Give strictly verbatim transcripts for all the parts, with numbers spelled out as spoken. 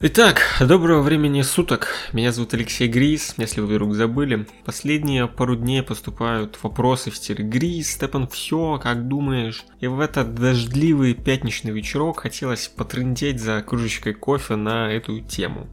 Итак, доброго времени суток. Меня зовут Алексей Грис, если вы вдруг забыли. Последние пару дней поступают вопросы в стиле: Грис, Степан, все, как думаешь? И в этот дождливый пятничный вечерок хотелось потрындеть за кружечкой кофе на эту тему.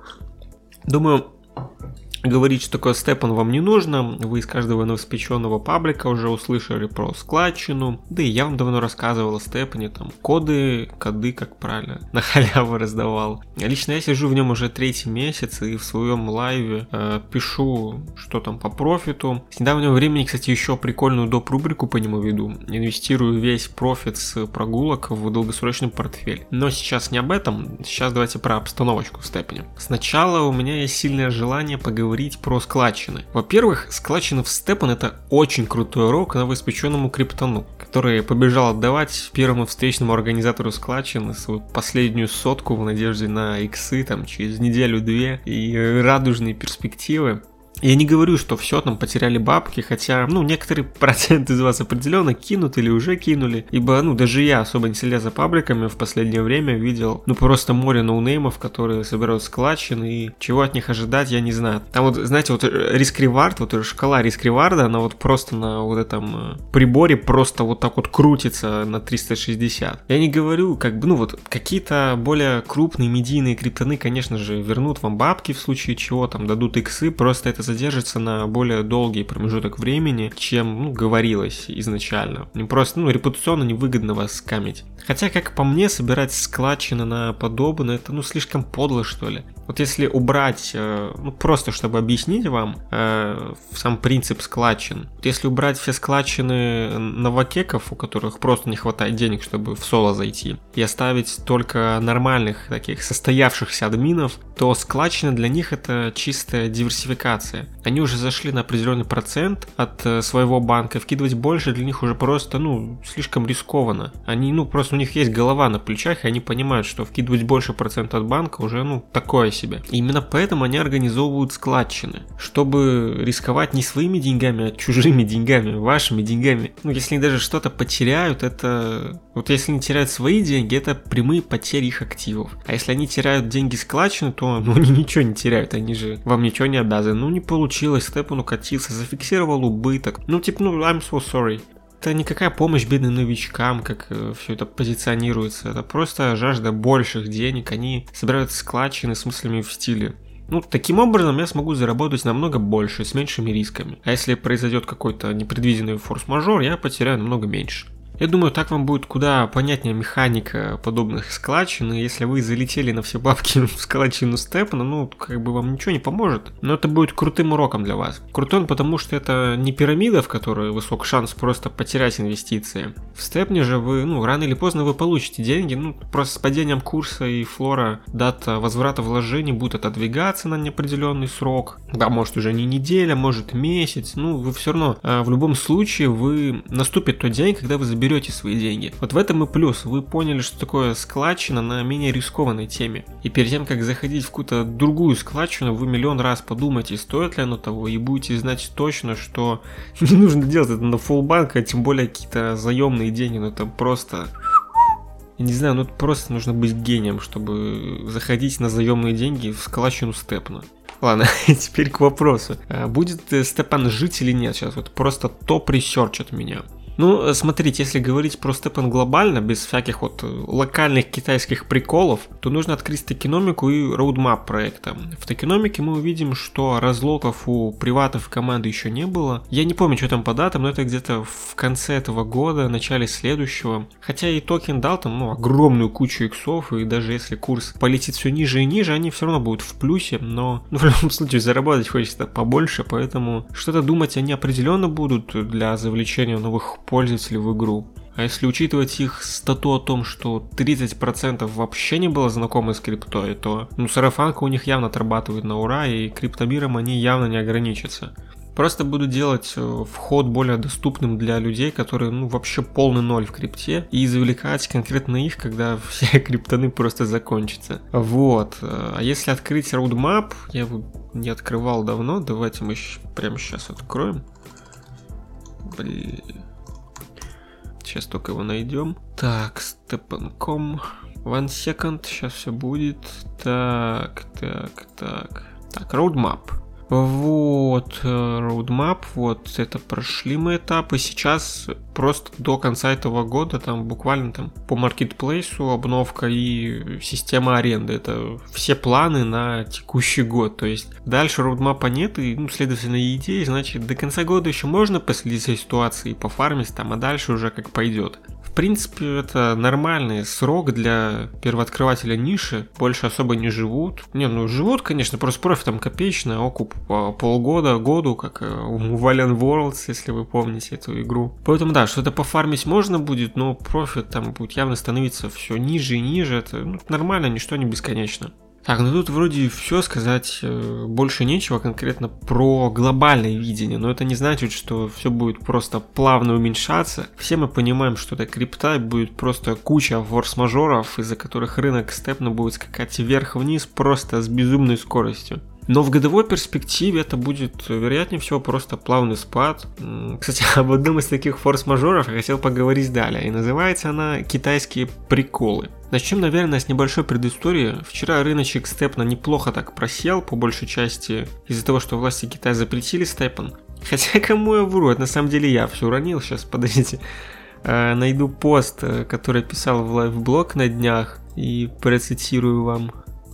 Думаю, говорить, что такое Степан, вам не нужно. Вы из каждого новоспеченного паблика уже услышали про складчину. Да и я вам давно рассказывал о Степане, там коды, коды, как правильно, на халяву раздавал. Лично я сижу в нем уже третий месяц и в своем лайве э, пишу, что там по профиту. С недавнего времени, кстати, еще прикольную доп-рубрику по нему веду. Инвестирую весь профит с прогулок в долгосрочный портфель. Но сейчас не об этом. Сейчас давайте про обстановочку в Степане. Сначала у меня есть сильное желание поговорить про складчины. Во-первых, складчины в Степан — это очень крутой урок новоиспеченному криптону, который побежал отдавать первому встречному организатору складчины свою последнюю сотку в надежде на иксы там через неделю-две и радужные перспективы. Я не говорю, что все там потеряли бабки, хотя, ну, некоторые процент из вас определенно кинут или уже кинули, ибо, ну, даже я, особо не следя за пабликами, в последнее время видел, ну, просто море ноунеймов, которые собирают складчины, и чего от них ожидать, я не знаю. Там вот, знаете, вот риск-ревард, вот шкала риск-реварда, она вот просто на вот этом приборе просто вот так вот крутится на триста шестьдесят. Я не говорю, как бы, ну, вот какие-то более крупные медийные криптоны, конечно же, вернут вам бабки в случае чего, там, дадут иксы, просто это задержится на более долгий промежуток времени, чем, ну, говорилось изначально. Не просто, ну, репутационно невыгодно вас скамить. Хотя, как по мне, собирать складчины на подобное, это, ну, слишком подло, что ли. Вот если убрать, э, ну, просто чтобы объяснить вам э, сам принцип складчин. Вот если убрать все складчины новокеков, у которых просто не хватает денег, чтобы в соло зайти, и оставить только нормальных таких состоявшихся админов, то складчины для них это чистая диверсификация. Они уже зашли на определенный процент от своего банка, вкидывать больше для них уже просто, ну, слишком рискованно. Они, ну, просто у них есть голова на плечах, и они понимают, что вкидывать больше процента от банка уже, ну, такое себе. И именно поэтому они организовывают складчины, чтобы рисковать не своими деньгами, а чужими деньгами, вашими деньгами. Ну, если они даже что-то потеряют, это... Вот если они теряют свои деньги, это прямые потери их активов. А если они теряют деньги складчины, то, ну, они ничего не теряют, они же вам ничего не обязаны. Ну, не получилось, Степан укатился, зафиксировал убыток. Ну, типа, ну, I'm so sorry. Это никакая помощь бедным новичкам, как э, все это позиционируется. Это просто жажда больших денег. Они собирают складчины с мыслями в стиле: ну, таким образом я смогу заработать намного больше, с меньшими рисками. А если произойдет какой-то непредвиденный форс-мажор, я потеряю намного меньше. Я думаю, так вам будет куда понятнее механика подобных складчин, и если вы залетели на все бабки в складчину Степана, ну, как бы вам ничего не поможет, но это будет крутым уроком для вас. Крутой он потому, что это не пирамида, в которой высок шанс просто потерять инвестиции. В Степне же вы, ну, рано или поздно вы получите деньги, ну, просто с падением курса и флора дата возврата вложений будет отодвигаться на неопределенный срок, да, может уже не неделя, может месяц, ну, вы все равно, в любом случае, вы наступит тот день, когда вы заберете берете свои деньги. Вот в этом и плюс. Вы поняли, что такое складчина на менее рискованной теме. И перед тем, как заходить в какую-то другую складчину, вы миллион раз подумайте, стоит ли оно того, и будете знать точно, что не нужно делать это на фуллбанк, а тем более какие-то заемные деньги. Ну это просто... Я не знаю, ну это просто нужно быть гением, чтобы заходить на заемные деньги в складчину Степана. Ладно, теперь к вопросу. Будет Степан жить или нет? Сейчас вот просто топ-ресерч от меня. Ну, смотрите, если говорить про Степан глобально, без всяких вот локальных китайских приколов, то нужно открыть токеномику и роудмап проекта. В токеномике мы увидим, что разлотов у приватов команды еще не было. Я не помню, что там по датам, но это где-то в конце этого года, начале следующего. Хотя и токен дал там, ну, огромную кучу иксов, и даже если курс полетит все ниже и ниже, они все равно будут в плюсе, но, ну, в любом случае заработать хочется побольше, поэтому что-то думать они определенно будут для завлечения новых пользователей в игру. А если учитывать их стату о том, что тридцать процентов вообще не было знакомы с криптой, то, ну, сарафанка у них явно отрабатывает на ура, и криптобиром они явно не ограничатся. Просто буду делать вход более доступным для людей, которые, ну, вообще полный ноль в крипте, и извлекать конкретно их, когда все криптоны просто закончатся. Вот. А если открыть роудмап, я его не открывал давно, давайте мы прямо сейчас откроем. Блин. Сейчас только его найдем. Так, Степан точка ком. One second, сейчас все будет. Так, так, так. Так, roadmap. Вот, roadmap, вот это прошли мы этапы. Сейчас просто до конца этого года там буквально там по маркетплейсу обновка и система аренды. Это все планы на текущий год. То есть дальше roadmap нет и, ну, следовательно, идеи, значит, до конца года еще можно последить за ситуацией, пофармить там, а дальше уже как пойдет. В принципе, это нормальный срок для первооткрывателя ниши, больше особо не живут. Не, ну живут, конечно, просто профит там копеечный, окуп по полгода, году, как у Valiant Worlds, если вы помните эту игру. Поэтому да, что-то пофармить можно будет, но профит там будет явно становиться все ниже и ниже, это, ну, нормально, ничто не бесконечно. Так, ну тут вроде все сказать э, больше нечего конкретно про глобальное видение, но это не значит, что все будет просто плавно уменьшаться. Все мы понимаем, что это крипта, будет просто куча форс-мажоров, из-за которых рынок степно будет скакать вверх-вниз просто с безумной скоростью. Но в годовой перспективе это будет, вероятнее всего, просто плавный спад. Кстати, об одном из таких форс-мажоров я хотел поговорить далее, и называется она «Китайские приколы». Начнем, наверное, с небольшой предыстории. Вчера рыночек степна неплохо так просел, по большей части из-за того, что власти Китая запретили степан. Хотя кому я вру, это на самом деле я все уронил, сейчас, подождите. Найду пост, который писал в лайв-блог на днях, и процитирую вам.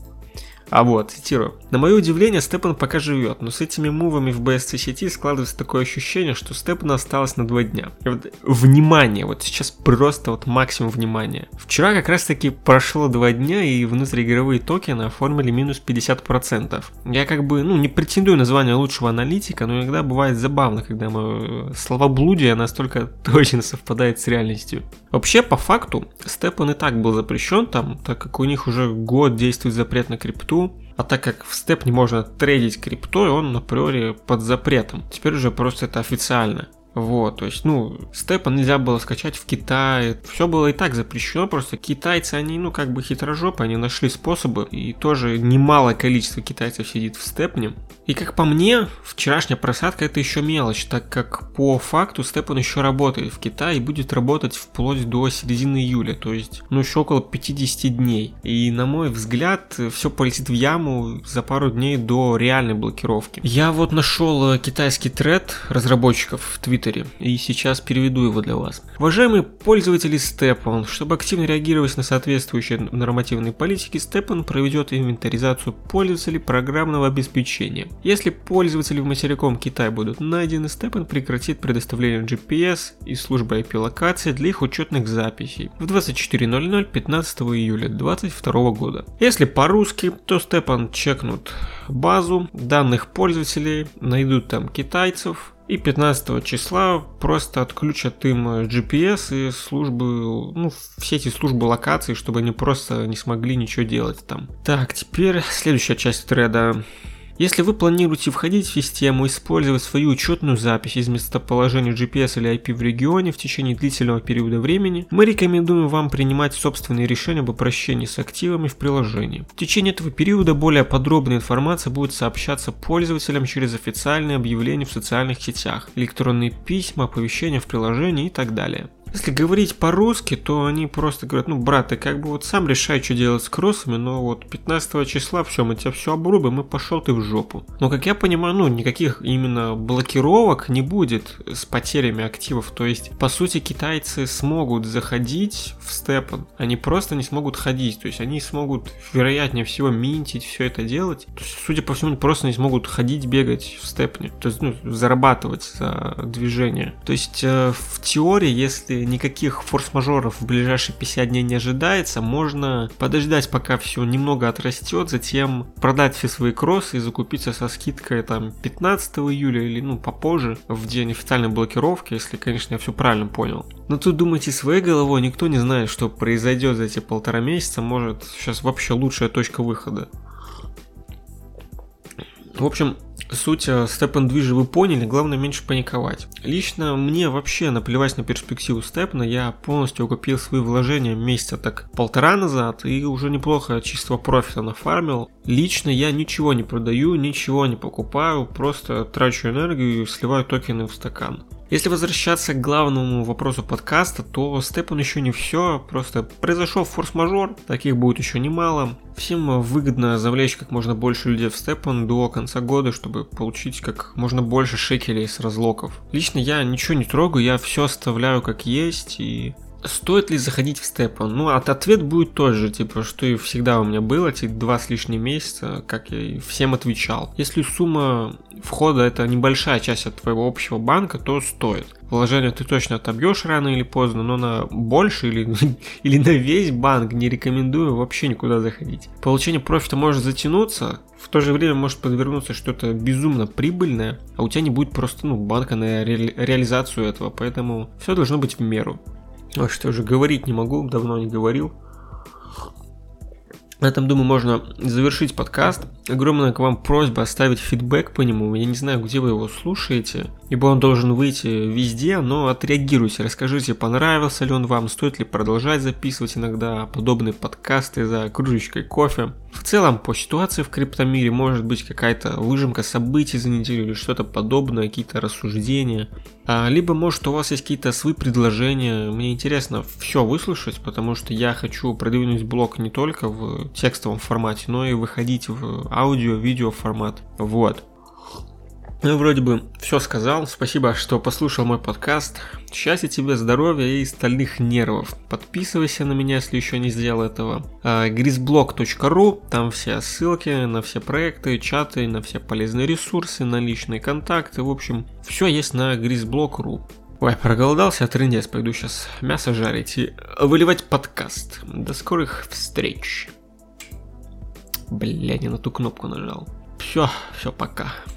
А вот, цитирую. На мое удивление, Степан пока живет, но с этими мувами в би эс си сети складывается такое ощущение, что Степану осталось на два дня. И вот, внимание, вот сейчас просто вот максимум внимания. Вчера как раз таки прошло два дня, и внутриигровые токены оформили минус пятьдесят процентов. Я как бы, ну, не претендую на звание лучшего аналитика, но иногда бывает забавно, когда мое словоблудие настолько точно совпадает с реальностью. Вообще, по факту, Степан и так был запрещен там, так как у них уже год действует запрет на крипту. А так как в степ не можно трейдить криптой, он априори под запретом. Теперь уже просто это официально. Вот, то есть, ну, степан нельзя было скачать в Китае. Все было и так запрещено, просто китайцы, они, ну, как бы хитрожопы, они нашли способы. И тоже немалое количество китайцев сидит в степне. И как по мне, вчерашняя просадка это еще мелочь, так как по факту степан еще работает в Китае и будет работать вплоть до середины июля, то есть, ну, еще около пятьдесят дней. И на мой взгляд, все полетит в яму за пару дней до реальной блокировки. Я вот нашел китайский тред разработчиков в Твиттере, и сейчас переведу его для вас. Уважаемые пользователи Степан, чтобы активно реагировать на соответствующие нормативные политики, Степан проведет инвентаризацию пользователей программного обеспечения. Если пользователи в материковом Китае будут найдены, Степан прекратит предоставление джи пи эс и службы ай пи-локации для их учетных записей в двадцать четыре ноль ноль пятнадцатого июля две тысячи двадцать второго года. Если по-русски, то Степан чекнут базу данных пользователей, найдут там китайцев, и пятнадцатого числа просто отключат им джи пи эс и службы, ну, все эти службы локации, чтобы они просто не смогли ничего делать там. Так, теперь следующая часть треда. Если вы планируете входить в систему и использовать свою учетную запись из местоположения джи пи эс или ай пи в регионе в течение длительного периода времени, мы рекомендуем вам принимать собственные решения об обращении с активами в приложении. В течение этого периода более подробная информация будет сообщаться пользователям через официальные объявления в социальных сетях, электронные письма, оповещения в приложении и так далее. Если говорить по-русски, то они просто говорят: ну, брат, ты как бы вот сам решай, что делать с кроссами, но вот пятнадцатого числа все, мы тебя все обрубим, и пошел ты в жопу. Но, как я понимаю, ну, никаких именно блокировок не будет с потерями активов, то есть, по сути, китайцы смогут заходить в степан, они просто не смогут ходить, то есть, они смогут, вероятнее всего, минтить, все это делать, то есть, судя по всему, они просто не смогут ходить, бегать в степне, то есть, ну, зарабатывать за движение. То есть, э, в теории, если никаких форс-мажоров в ближайшие пятьдесят дней не ожидается, можно подождать, пока все немного отрастет, затем продать все свои кроссы и закупиться со скидкой там пятнадцатого июля или, ну, попозже, в день официальной блокировки, если, конечно, я все правильно понял. Но тут думайте своей головой, никто не знает, что произойдет за эти полтора месяца, может сейчас вообще лучшая точка выхода. В общем, суть степан-движа вы поняли, главное меньше паниковать. Лично мне вообще наплевать на перспективу степна, я полностью окупил свои вложения месяца так полтора назад и уже неплохо чистого профита нафармил. Лично я ничего не продаю, ничего не покупаю, просто трачу энергию и сливаю токены в стакан. Если возвращаться к главному вопросу подкаста, то Степан еще не все, просто произошел форс-мажор, таких будет еще немало. Всем выгодно завлечь как можно больше людей в Степан до конца года, чтобы получить как можно больше шекелей с разлоков. Лично я ничего не трогаю, я все оставляю как есть. И стоит ли заходить в Степан? Ну, от ответ будет тот же, типа, что и всегда у меня было, эти два с лишним месяца, как я и всем отвечал. Если сумма входа это небольшая часть от твоего общего банка, то стоит. Вложение ты точно отобьешь рано или поздно, но на больше или, или на весь банк не рекомендую вообще никуда заходить. Получение профита может затянуться, в то же время может подвернуться что-то безумно прибыльное, а у тебя не будет просто ну, банка на ре- реализацию этого, поэтому все должно быть в меру. Ой, что же, говорить не могу, давно не говорил. На этом, думаю, можно завершить подкаст. Огромная к вам просьба оставить фидбэк по нему. Я не знаю, где вы его слушаете, ибо он должен выйти везде, но отреагируйте, расскажите, понравился ли он вам, стоит ли продолжать записывать иногда подобные подкасты за кружечкой кофе. В целом, по ситуации в криптомире может быть какая-то выжимка событий за неделю или что-то подобное, какие-то рассуждения. А, либо, может, у вас есть какие-то свои предложения. Мне интересно все выслушать, потому что я хочу продвинуть блог не только в текстовом формате, но и выходить в аудио-видео формат. Вот. Ну, вроде бы все сказал. Спасибо, что послушал мой подкаст. Счастья тебе, здоровья и стальных нервов. Подписывайся на меня, если еще не сделал этого. гризблог точка ру, там все ссылки на все проекты, чаты, на все полезные ресурсы, на личные контакты. В общем, все есть на гризблог точка ру. Ой, проголодался, трындец, пойду сейчас мясо жарить и выливать подкаст. До скорых встреч. Бля, не на ту кнопку нажал. Все, все, пока.